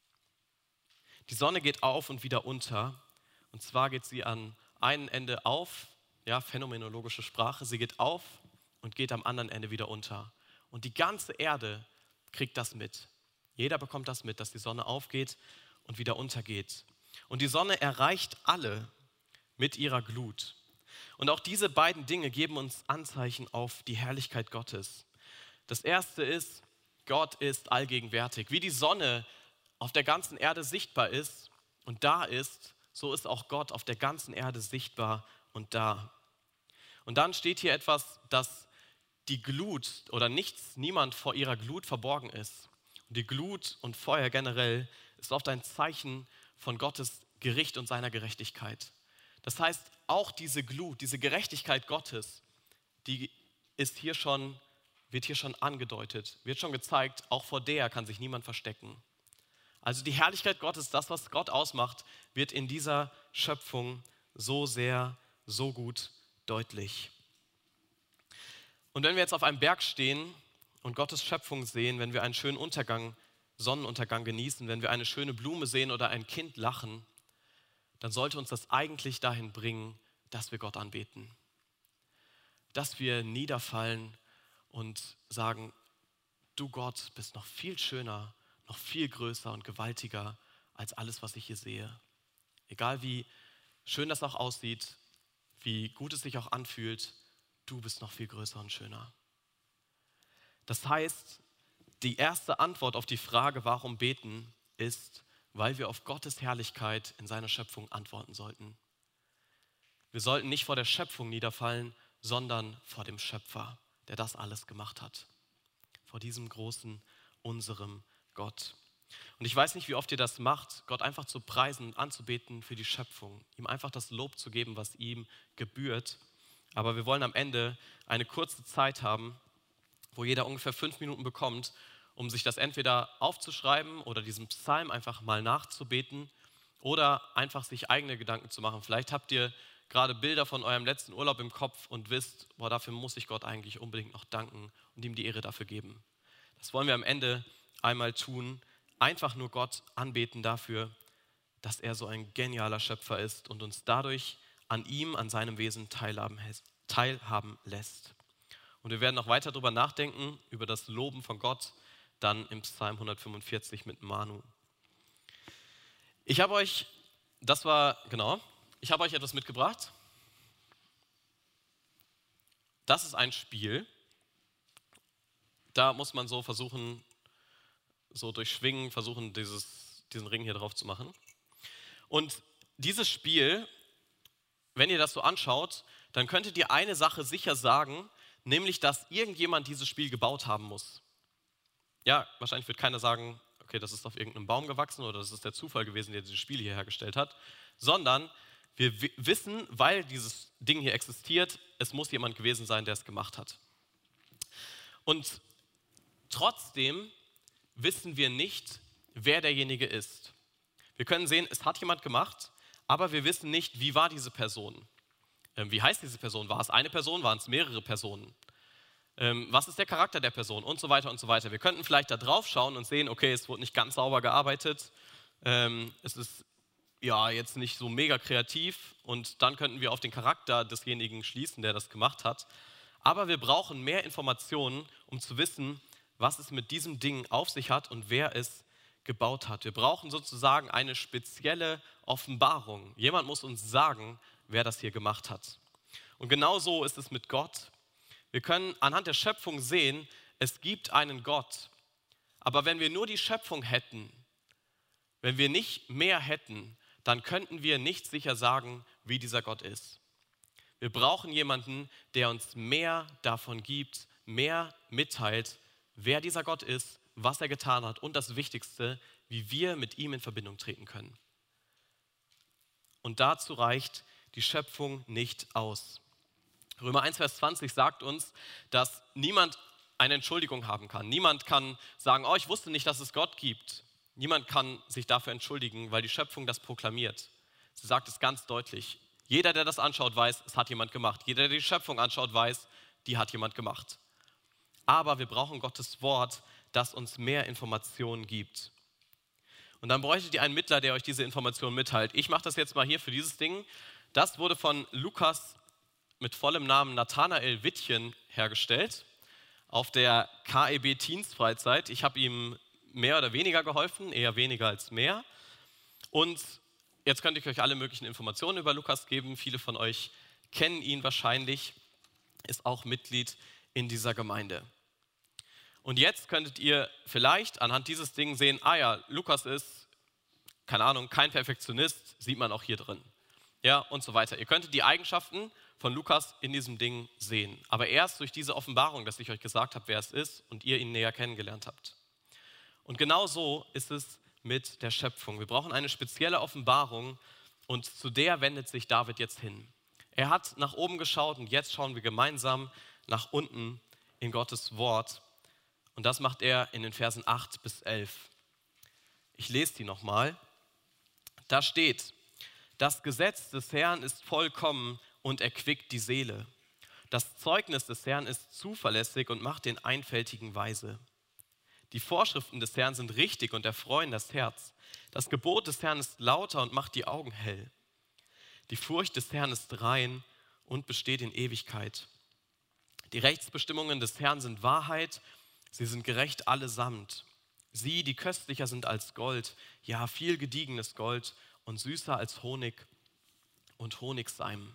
Die Sonne geht auf und wieder unter, und zwar geht sie an einem Ende auf, ja, phänomenologische Sprache, sie geht auf und geht am anderen Ende wieder unter. Und die ganze Erde kriegt das mit. Jeder bekommt das mit, dass die Sonne aufgeht und wieder untergeht. Und die Sonne erreicht alle mit ihrer Glut. Und auch diese beiden Dinge geben uns Anzeichen auf die Herrlichkeit Gottes. Das erste ist, Gott ist allgegenwärtig. Wie die Sonne auf der ganzen Erde sichtbar ist und da ist, so ist auch Gott auf der ganzen Erde sichtbar und da. Und dann steht hier etwas, dass die Glut oder niemand vor ihrer Glut verborgen ist. Und die Glut und Feuer generell ist oft ein Zeichen von Gottes Gericht und seiner Gerechtigkeit. Das heißt, auch diese Glut, diese Gerechtigkeit Gottes, die wird hier schon angedeutet, wird schon gezeigt, auch vor der kann sich niemand verstecken. Also die Herrlichkeit Gottes, das, was Gott ausmacht, wird in dieser Schöpfung so sehr, so gut deutlich. Und wenn wir jetzt auf einem Berg stehen und Gottes Schöpfung sehen, wenn wir einen schönen Sonnenuntergang genießen, wenn wir eine schöne Blume sehen oder ein Kind lachen, dann sollte uns das eigentlich dahin bringen, dass wir Gott anbeten. Dass wir niederfallen und sagen, du Gott bist noch viel schöner, noch viel größer und gewaltiger als alles, was ich hier sehe. Egal wie schön das auch aussieht, wie gut es sich auch anfühlt, du bist noch viel größer und schöner. Das heißt, die erste Antwort auf die Frage, warum beten, ist, weil wir auf Gottes Herrlichkeit in seiner Schöpfung antworten sollten. Wir sollten nicht vor der Schöpfung niederfallen, sondern vor dem Schöpfer, der das alles gemacht hat. Vor diesem großen, unserem Gott. Und ich weiß nicht, wie oft ihr das macht, Gott einfach zu preisen und anzubeten für die Schöpfung, ihm einfach das Lob zu geben, was ihm gebührt. Aber wir wollen am Ende eine kurze Zeit haben, wo jeder ungefähr 5 Minuten bekommt, um sich das entweder aufzuschreiben oder diesen Psalm einfach mal nachzubeten oder einfach sich eigene Gedanken zu machen. Vielleicht habt ihr gerade Bilder von eurem letzten Urlaub im Kopf und wisst, dafür muss ich Gott eigentlich unbedingt noch danken und ihm die Ehre dafür geben. Das wollen wir am Ende einmal tun, einfach nur Gott anbeten dafür, dass er so ein genialer Schöpfer ist und uns dadurch an ihm, an seinem Wesen teilhaben lässt. Und wir werden noch weiter darüber nachdenken, über das Loben von Gott, dann im Psalm 145 mit Manu. Ich habe euch etwas mitgebracht. Das ist ein Spiel. Da muss man so versuchen, so durch Schwingen versuchen, diesen Ring hier drauf zu machen. Und dieses Spiel, wenn ihr das so anschaut, dann könntet ihr eine Sache sicher sagen, nämlich, dass irgendjemand dieses Spiel gebaut haben muss. Ja, wahrscheinlich wird keiner sagen, okay, das ist auf irgendeinem Baum gewachsen oder das ist der Zufall gewesen, der dieses Spiel hier hergestellt hat, sondern Wir wissen, weil dieses Ding hier existiert, es muss jemand gewesen sein, der es gemacht hat. Und trotzdem wissen wir nicht, wer derjenige ist. Wir können sehen, es hat jemand gemacht, aber wir wissen nicht, wie war diese Person. Wie heißt diese Person? War es eine Person? Waren es mehrere Personen? Was ist der Charakter der Person? Und so weiter und so weiter. Wir könnten vielleicht da drauf schauen und sehen, okay, es wurde nicht ganz sauber gearbeitet. Es ist ja jetzt nicht so mega kreativ und dann könnten wir auf den Charakter desjenigen schließen, der das gemacht hat. Aber wir brauchen mehr Informationen, um zu wissen, was es mit diesem Ding auf sich hat und wer es gebaut hat. Wir brauchen sozusagen eine spezielle Offenbarung. Jemand muss uns sagen, wer das hier gemacht hat. Und genau so ist es mit Gott. Wir können anhand der Schöpfung sehen, es gibt einen Gott. Aber wenn wir nur die Schöpfung hätten, wenn wir nicht mehr hätten, dann könnten wir nicht sicher sagen, wie dieser Gott ist. Wir brauchen jemanden, der uns mehr davon gibt, mehr mitteilt, wer dieser Gott ist, was er getan hat und das Wichtigste, wie wir mit ihm in Verbindung treten können. Und dazu reicht die Schöpfung nicht aus. Römer 1, Vers 20 sagt uns, dass niemand eine Entschuldigung haben kann. Niemand kann sagen, oh, ich wusste nicht, dass es Gott gibt. Niemand kann sich dafür entschuldigen, weil die Schöpfung das proklamiert. Sie sagt es ganz deutlich. Jeder, der das anschaut, weiß, es hat jemand gemacht. Jeder, der die Schöpfung anschaut, weiß, die hat jemand gemacht. Aber wir brauchen Gottes Wort, das uns mehr Informationen gibt. Und dann bräuchtet ihr einen Mittler, der euch diese Informationen mitteilt. Ich mache das jetzt mal hier für dieses Ding. Das wurde von Lukas mit vollem Namen Nathanael Wittchen hergestellt auf der KEB Teens Freizeit. Ich habe ihm mehr oder weniger geholfen, eher weniger als mehr. Und jetzt könnte ich euch alle möglichen Informationen über Lukas geben. Viele von euch kennen ihn wahrscheinlich, ist auch Mitglied in dieser Gemeinde. Und jetzt könntet ihr vielleicht anhand dieses Ding sehen, Lukas ist, keine Ahnung, kein Perfektionist, sieht man auch hier drin. Ja, und so weiter. Ihr könntet die Eigenschaften von Lukas in diesem Ding sehen. Aber erst durch diese Offenbarung, dass ich euch gesagt habe, wer es ist und ihr ihn näher kennengelernt habt. Und genau so ist es mit der Schöpfung. Wir brauchen eine spezielle Offenbarung und zu der wendet sich David jetzt hin. Er hat nach oben geschaut und jetzt schauen wir gemeinsam nach unten in Gottes Wort. Und das macht er in den Versen 8 bis 11. Ich lese die nochmal. Da steht, das Gesetz des Herrn ist vollkommen und erquickt die Seele. Das Zeugnis des Herrn ist zuverlässig und macht den Einfältigen weise. Die Vorschriften des Herrn sind richtig und erfreuen das Herz. Das Gebot des Herrn ist lauter und macht die Augen hell. Die Furcht des Herrn ist rein und besteht in Ewigkeit. Die Rechtsbestimmungen des Herrn sind Wahrheit, sie sind gerecht allesamt. Sie, die köstlicher sind als Gold, ja viel gediegenes Gold und süßer als Honig und Honigseim.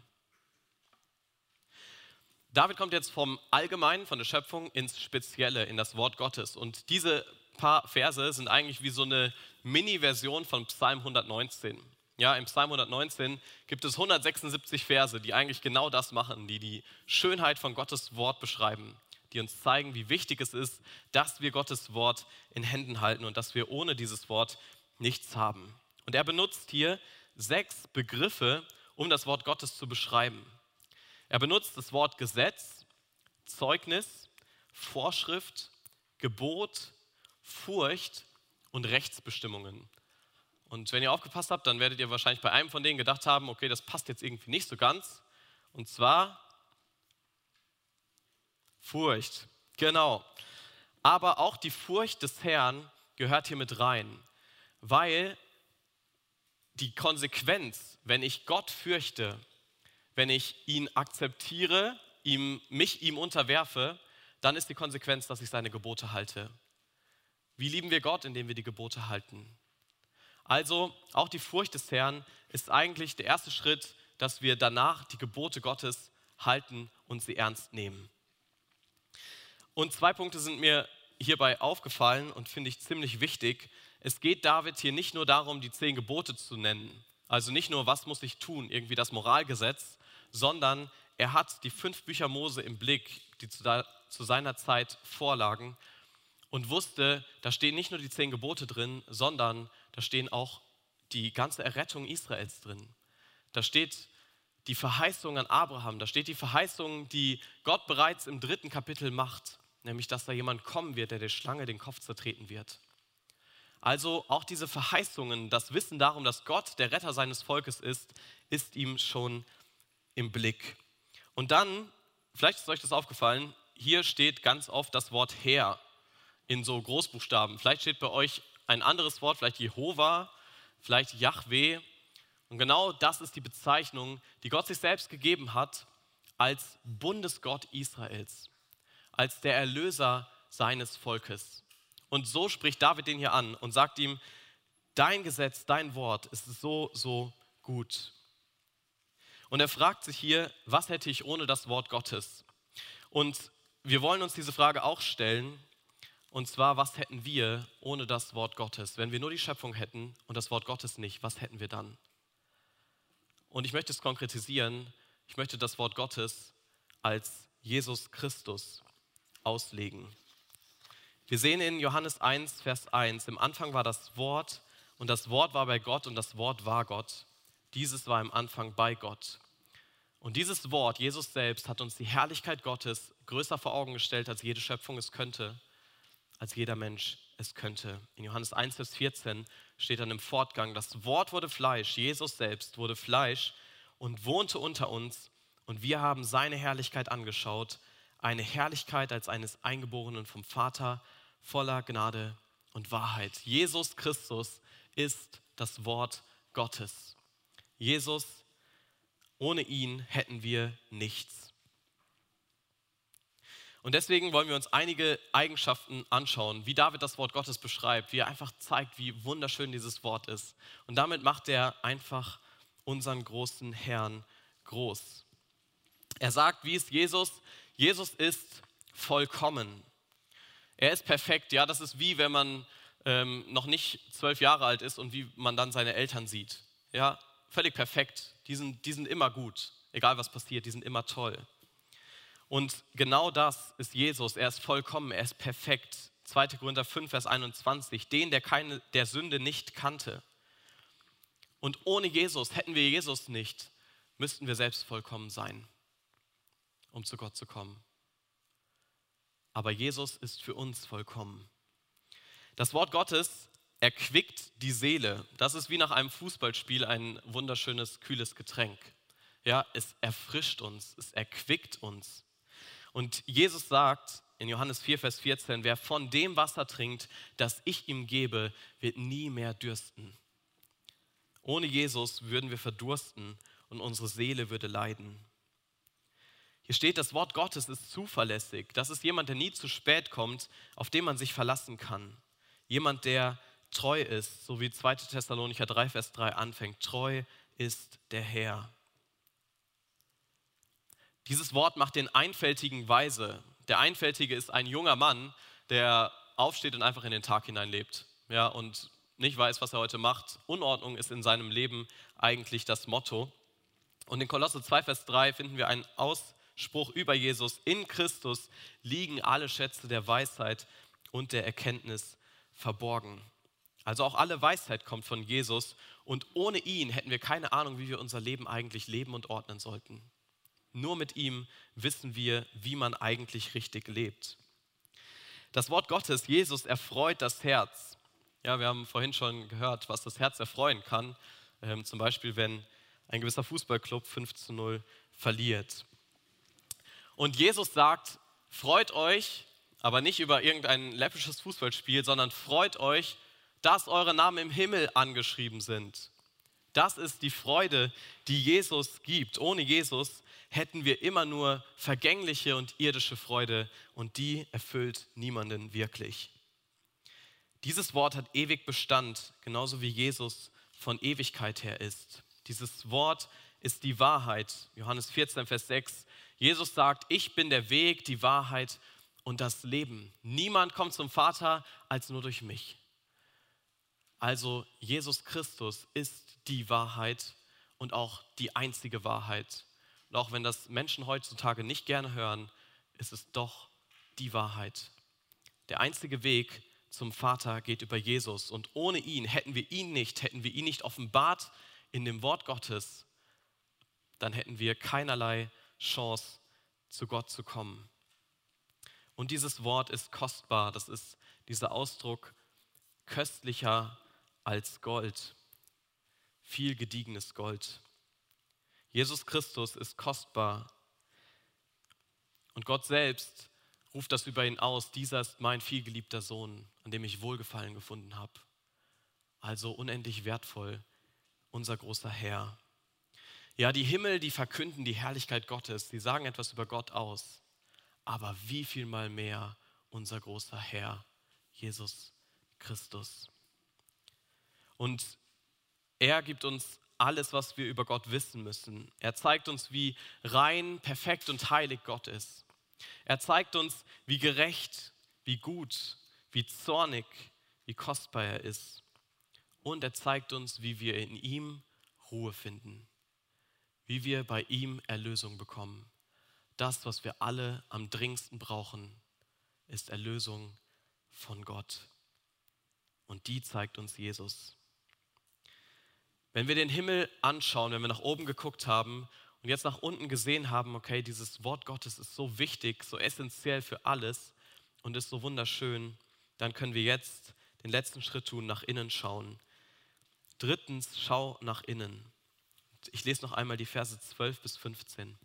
David kommt jetzt vom Allgemeinen, von der Schöpfung, ins Spezielle, in das Wort Gottes. Und diese paar Verse sind eigentlich wie so eine Mini-Version von Psalm 119. Ja, im Psalm 119 gibt es 176 Verse, die eigentlich genau das machen, die die Schönheit von Gottes Wort beschreiben, die uns zeigen, wie wichtig es ist, dass wir Gottes Wort in Händen halten und dass wir ohne dieses Wort nichts haben. Und er benutzt hier 6 Begriffe, um das Wort Gottes zu beschreiben. Er benutzt das Wort Gesetz, Zeugnis, Vorschrift, Gebot, Furcht und Rechtsbestimmungen. Und wenn ihr aufgepasst habt, dann werdet ihr wahrscheinlich bei einem von denen gedacht haben, okay, das passt jetzt irgendwie nicht so ganz. Und zwar Furcht, genau. Aber auch die Furcht des Herrn gehört hier mit rein, weil die Konsequenz, wenn ich Gott fürchte, wenn ich ihn akzeptiere, mich ihm unterwerfe, dann ist die Konsequenz, dass ich seine Gebote halte. Wie lieben wir Gott, indem wir die Gebote halten? Also auch die Furcht des Herrn ist eigentlich der erste Schritt, dass wir danach die Gebote Gottes halten und sie ernst nehmen. Und 2 Punkte sind mir hierbei aufgefallen und finde ich ziemlich wichtig. Es geht David hier nicht nur darum, die 10 Gebote zu nennen. Also nicht nur, was muss ich tun, irgendwie das Moralgesetz, sondern er hat die 5 Bücher Mose im Blick, die zu seiner Zeit vorlagen und wusste, da stehen nicht nur die 10 Gebote drin, sondern da stehen auch die ganze Errettung Israels drin. da steht die Verheißung an Abraham, da steht die Verheißung, die Gott bereits im 3. Kapitel macht, nämlich, dass da jemand kommen wird, der der Schlange den Kopf zertreten wird. Also auch diese Verheißungen, das Wissen darum, dass Gott der Retter seines Volkes ist ihm schon im Blick. Und dann, vielleicht ist euch das aufgefallen, hier steht ganz oft das Wort Herr in so Großbuchstaben. Vielleicht steht bei euch ein anderes Wort, vielleicht Jehova, vielleicht Jahwe. Und genau das ist die Bezeichnung, die Gott sich selbst gegeben hat als Bundesgott Israels, als der Erlöser seines Volkes. Und so spricht David den hier an und sagt ihm, dein Gesetz, dein Wort ist so, so gut. Und er fragt sich hier, was hätte ich ohne das Wort Gottes? Und wir wollen uns diese Frage auch stellen, und zwar, was hätten wir ohne das Wort Gottes? Wenn wir nur die Schöpfung hätten und das Wort Gottes nicht, was hätten wir dann? Und ich möchte es konkretisieren, ich möchte das Wort Gottes als Jesus Christus auslegen. Wir sehen in Johannes 1, Vers 1, im Anfang war das Wort und das Wort war bei Gott und das Wort war Gott. Dieses war im Anfang bei Gott. Und dieses Wort, Jesus selbst, hat uns die Herrlichkeit Gottes größer vor Augen gestellt, als jede Schöpfung es könnte, als jeder Mensch es könnte. In Johannes 1, Vers 14 steht dann im Fortgang, das Wort wurde Fleisch, Jesus selbst wurde Fleisch und wohnte unter uns und wir haben seine Herrlichkeit angeschaut, eine Herrlichkeit als eines Eingeborenen vom Vater, voller Gnade und Wahrheit. Jesus Christus ist das Wort Gottes. Jesus, ohne ihn hätten wir nichts. Und deswegen wollen wir uns einige Eigenschaften anschauen, wie David das Wort Gottes beschreibt, wie er einfach zeigt, wie wunderschön dieses Wort ist. Und damit macht er einfach unseren großen Herrn groß. Er sagt, wie ist Jesus? Jesus ist vollkommen. Er ist perfekt. Ja, das ist wie wenn man noch nicht 12 Jahre alt ist und wie man dann seine Eltern sieht. Ja, völlig perfekt. Die sind immer gut, egal was passiert, die sind immer toll. Und genau das ist Jesus. Er ist vollkommen, er ist perfekt. 2. Korinther 5, Vers 21. Den, der Sünde nicht kannte. Und ohne Jesus, hätten wir Jesus nicht, müssten wir selbst vollkommen sein, um zu Gott zu kommen. Aber Jesus ist für uns vollkommen. Das Wort Gottes erquickt die Seele. Das ist wie nach einem Fußballspiel ein wunderschönes, kühles Getränk. Ja, es erfrischt uns, es erquickt uns. Und Jesus sagt in Johannes 4, Vers 14, wer von dem Wasser trinkt, das ich ihm gebe, wird nie mehr dürsten. Ohne Jesus würden wir verdursten und unsere Seele würde leiden. Hier steht, das Wort Gottes ist zuverlässig. Das ist jemand, der nie zu spät kommt, auf den man sich verlassen kann. Jemand, der treu ist, so wie 2. Thessalonicher 3, Vers 3 anfängt. Treu ist der Herr. Dieses Wort macht den Einfältigen weise. Der Einfältige ist ein junger Mann, der aufsteht und einfach in den Tag hinein lebt. Ja, und nicht weiß, was er heute macht. Unordnung ist in seinem Leben eigentlich das Motto. Und in Kolosser 2, Vers 3 finden wir einen Ausspruch über Jesus. In Christus liegen alle Schätze der Weisheit und der Erkenntnis verborgen. Also auch alle Weisheit kommt von Jesus. Und ohne ihn hätten wir keine Ahnung, wie wir unser Leben eigentlich leben und ordnen sollten. Nur mit ihm wissen wir, wie man eigentlich richtig lebt. Das Wort Gottes, Jesus, erfreut das Herz. Ja, wir haben vorhin schon gehört, was das Herz erfreuen kann. Zum Beispiel, wenn ein gewisser Fußballclub 5:0 verliert. Und Jesus sagt, freut euch, aber nicht über irgendein läppisches Fußballspiel, sondern freut euch, dass eure Namen im Himmel angeschrieben sind. Das ist die Freude, die Jesus gibt. Ohne Jesus hätten wir immer nur vergängliche und irdische Freude und die erfüllt niemanden wirklich. Dieses Wort hat ewig Bestand, genauso wie Jesus von Ewigkeit her ist. Dieses Wort ist die Wahrheit. Johannes 14, Vers 6. Jesus sagt, ich bin der Weg, die Wahrheit und das Leben. Niemand kommt zum Vater als nur durch mich. Also Jesus Christus ist die Wahrheit und auch die einzige Wahrheit. Und auch wenn das Menschen heutzutage nicht gerne hören, ist es doch die Wahrheit. Der einzige Weg zum Vater geht über Jesus. Und ohne ihn, hätten wir ihn nicht offenbart in dem Wort Gottes, dann hätten wir keinerlei Chance, zu Gott zu kommen. Und dieses Wort ist kostbar, das ist dieser Ausdruck köstlicher als Gold, viel gediegenes Gold. Jesus Christus ist kostbar und Gott selbst ruft das über ihn aus: Dieser ist mein vielgeliebter Sohn, an dem ich Wohlgefallen gefunden habe. Also unendlich wertvoll, unser großer Herr. Ja, die Himmel, die verkünden die Herrlichkeit Gottes, die sagen etwas über Gott aus. Aber wie viel mal mehr unser großer Herr, Jesus Christus. Und er gibt uns alles, was wir über Gott wissen müssen. Er zeigt uns, wie rein, perfekt und heilig Gott ist. Er zeigt uns, wie gerecht, wie gut, wie zornig, wie kostbar er ist. Und er zeigt uns, wie wir in ihm Ruhe finden, wie wir bei ihm Erlösung bekommen. Das, was wir alle am dringendsten brauchen, ist Erlösung von Gott. Und die zeigt uns Jesus. Wenn wir den Himmel anschauen, wenn wir nach oben geguckt haben und jetzt nach unten gesehen haben, okay, dieses Wort Gottes ist so wichtig, so essentiell für alles und ist so wunderschön, dann können wir jetzt den letzten Schritt tun, nach innen schauen. Drittens, schau nach innen. Ich lese noch einmal die Verse 12 bis 15.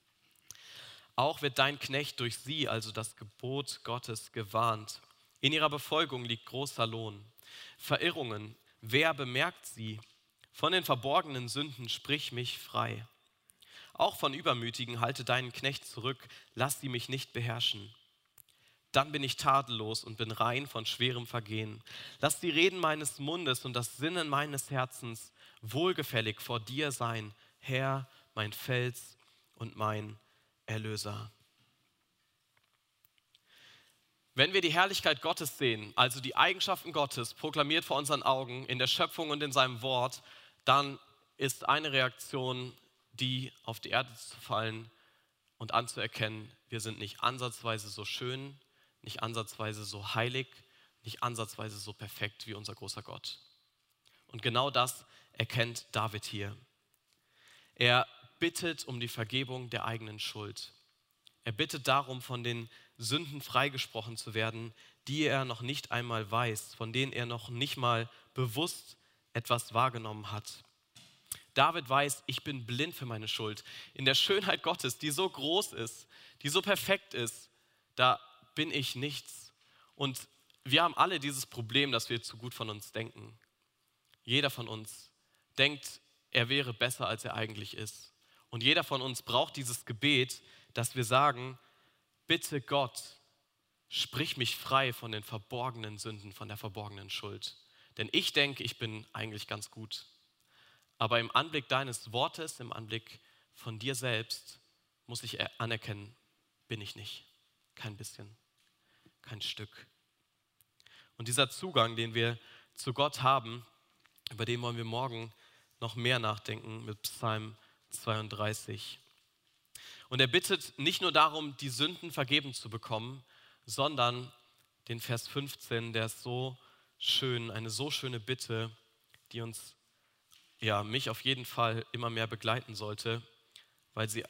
Auch wird dein Knecht durch sie, also das Gebot Gottes, gewarnt. In ihrer Befolgung liegt großer Lohn. Verirrungen, wer bemerkt sie? Von den verborgenen Sünden sprich mich frei. Auch von Übermütigen halte deinen Knecht zurück, lass sie mich nicht beherrschen. Dann bin ich tadellos und bin rein von schwerem Vergehen. Lass die Reden meines Mundes und das Sinnen meines Herzens wohlgefällig vor dir sein, Herr, mein Fels und mein Erlöser. Wenn wir die Herrlichkeit Gottes sehen, also die Eigenschaften Gottes, proklamiert vor unseren Augen in der Schöpfung und in seinem Wort, dann ist eine Reaktion, die auf die Erde zu fallen und anzuerkennen, wir sind nicht ansatzweise so schön, nicht ansatzweise so heilig, nicht ansatzweise so perfekt wie unser großer Gott. Und genau das erkennt David hier. Er bittet um die Vergebung der eigenen Schuld. Er bittet darum, von den Sünden freigesprochen zu werden, die er noch nicht einmal weiß, von denen er noch nicht mal bewusst etwas wahrgenommen hat. David weiß, ich bin blind für meine Schuld. In der Schönheit Gottes, die so groß ist, die so perfekt ist, da bin ich nichts. Und wir haben alle dieses Problem, dass wir zu gut von uns denken. Jeder von uns denkt, er wäre besser, als er eigentlich ist. Und jeder von uns braucht dieses Gebet, dass wir sagen, bitte Gott, sprich mich frei von den verborgenen Sünden, von der verborgenen Schuld. Denn ich denke, ich bin eigentlich ganz gut. Aber im Anblick deines Wortes, im Anblick von dir selbst, muss ich anerkennen, bin ich nicht. Kein bisschen, kein Stück. Und dieser Zugang, den wir zu Gott haben, über den wollen wir morgen noch mehr nachdenken mit Psalm 32. Und er bittet nicht nur darum, die Sünden vergeben zu bekommen, sondern den Vers 15, der ist so schön, eine so schöne Bitte, die uns, mich auf jeden Fall immer mehr begleiten sollte, weil sie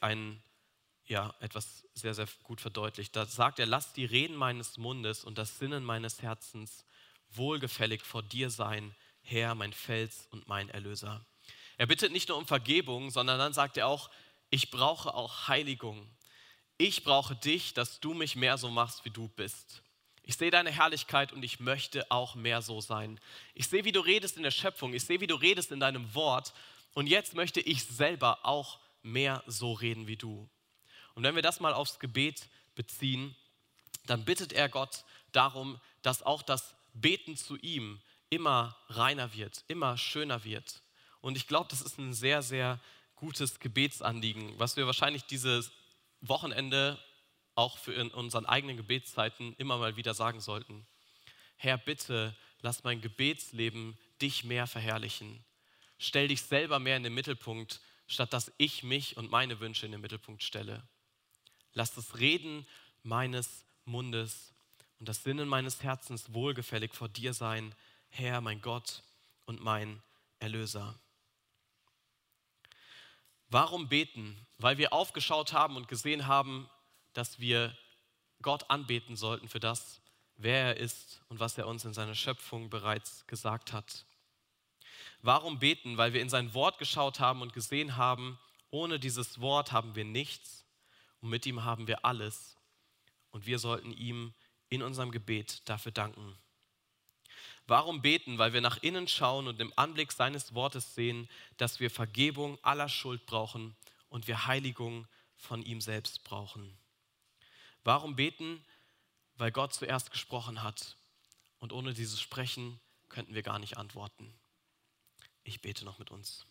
etwas sehr, sehr gut verdeutlicht. Da sagt er, lass die Reden meines Mundes und das Sinnen meines Herzens wohlgefällig vor dir sein, Herr, mein Fels und mein Erlöser. Er bittet nicht nur um Vergebung, sondern dann sagt er auch, ich brauche auch Heiligung. Ich brauche dich, dass du mich mehr so machst, wie du bist. Ich sehe deine Herrlichkeit und ich möchte auch mehr so sein. Ich sehe, wie du redest in der Schöpfung. Ich sehe, wie du redest in deinem Wort. Und jetzt möchte ich selber auch mehr so reden wie du. Und wenn wir das mal aufs Gebet beziehen, dann bittet er Gott darum, dass auch das Beten zu ihm immer reiner wird, immer schöner wird. Und ich glaube, das ist ein sehr, sehr gutes Gebetsanliegen, was wir wahrscheinlich dieses Wochenende auch für in unseren eigenen Gebetszeiten immer mal wieder sagen sollten. Herr, bitte lass mein Gebetsleben dich mehr verherrlichen. Stell dich selber mehr in den Mittelpunkt, statt dass ich mich und meine Wünsche in den Mittelpunkt stelle. Lass das Reden meines Mundes und das Sinnen meines Herzens wohlgefällig vor dir sein, Herr, mein Gott und mein Erlöser. Warum beten? Weil wir aufgeschaut haben und gesehen haben, dass wir Gott anbeten sollten für das, wer er ist und was er uns in seiner Schöpfung bereits gesagt hat. Warum beten? Weil wir in sein Wort geschaut haben und gesehen haben, ohne dieses Wort haben wir nichts und mit ihm haben wir alles. Und wir sollten ihm in unserem Gebet dafür danken. Warum beten? Weil wir nach innen schauen und im Anblick seines Wortes sehen, dass wir Vergebung aller Schuld brauchen und wir Heiligung von ihm selbst brauchen. Warum beten? Weil Gott zuerst gesprochen hat und ohne dieses Sprechen könnten wir gar nicht antworten. Ich bete noch mit uns.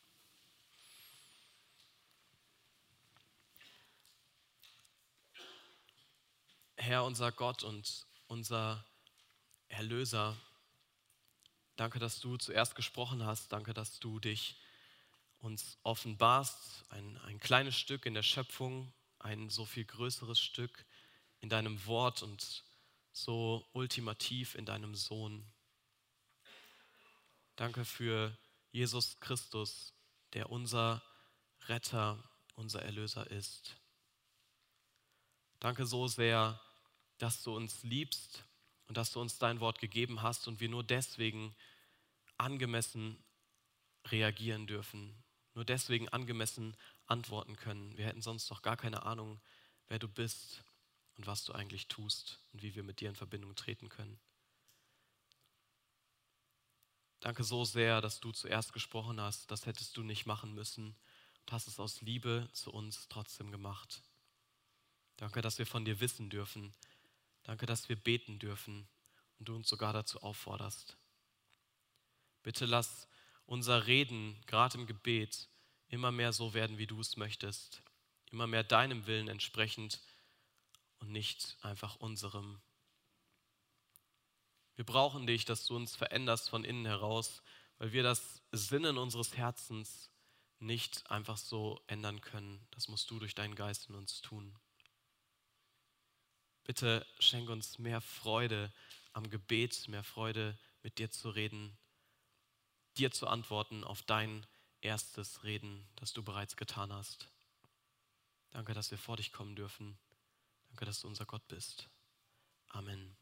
Herr, unser Gott und unser Erlöser, danke, dass du zuerst gesprochen hast. Danke, dass du dich uns offenbarst. Ein kleines Stück in der Schöpfung, ein so viel größeres Stück in deinem Wort und so ultimativ in deinem Sohn. Danke für Jesus Christus, der unser Retter, unser Erlöser ist. Danke so sehr, dass du uns liebst und dass du uns dein Wort gegeben hast und wir nur deswegen angemessen reagieren dürfen, nur deswegen angemessen antworten können. Wir hätten sonst doch gar keine Ahnung, wer du bist und was du eigentlich tust und wie wir mit dir in Verbindung treten können. Danke so sehr, dass du zuerst gesprochen hast. Das hättest du nicht machen müssen und hast es aus Liebe zu uns trotzdem gemacht. Danke, dass wir von dir wissen dürfen. Danke, dass wir beten dürfen und du uns sogar dazu aufforderst. Bitte lass unser Reden, gerade im Gebet, immer mehr so werden, wie du es möchtest. Immer mehr deinem Willen entsprechend und nicht einfach unserem. Wir brauchen dich, dass du uns veränderst von innen heraus, weil wir das Sinnen unseres Herzens nicht einfach so ändern können. Das musst du durch deinen Geist in uns tun. Bitte schenk uns mehr Freude am Gebet, mehr Freude, mit dir zu reden, dir zu antworten auf dein erstes Reden, das du bereits getan hast. Danke, dass wir vor dich kommen dürfen. Danke, dass du unser Gott bist. Amen.